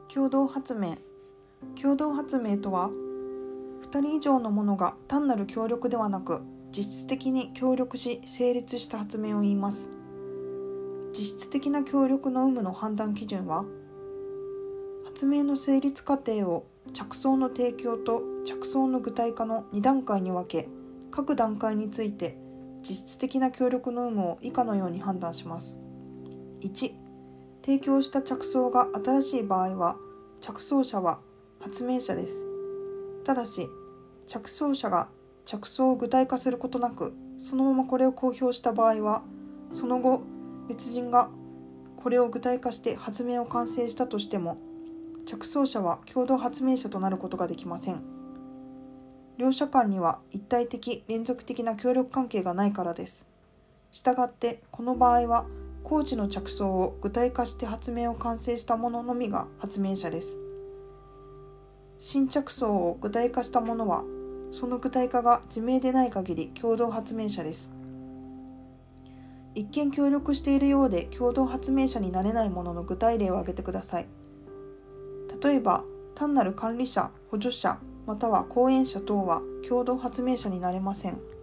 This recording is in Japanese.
共同発明。共同発明とは、2人以上の者が単なる協力ではなく、実質的に協力し成立した発明を言います。実質的な協力の有無の判断基準は、発明の成立過程を着想の提供と着想の具体化の2段階に分け、各段階について実質的な協力の有無を以下のように判断します。1、提供した着想が新しい場合は、着想者は発明者です。ただし、着想者が着想を具体化することなく、そのままこれを公表した場合は、その後、別人がこれを具体化して発明を完成したとしても、着想者は共同発明者となることができません。両者間には一体的連続的な協力関係がないからです。したがって、この場合は、工事の着想を具体化して発明を完成した者のみが発明者です。新着想を具体化した者は、その具体化が自明でない限り共同発明者です。一見協力しているようで共同発明者になれない者の具体例を挙げてください。例えば、単なる管理者、補助者、または後援者等は共同発明者になれません。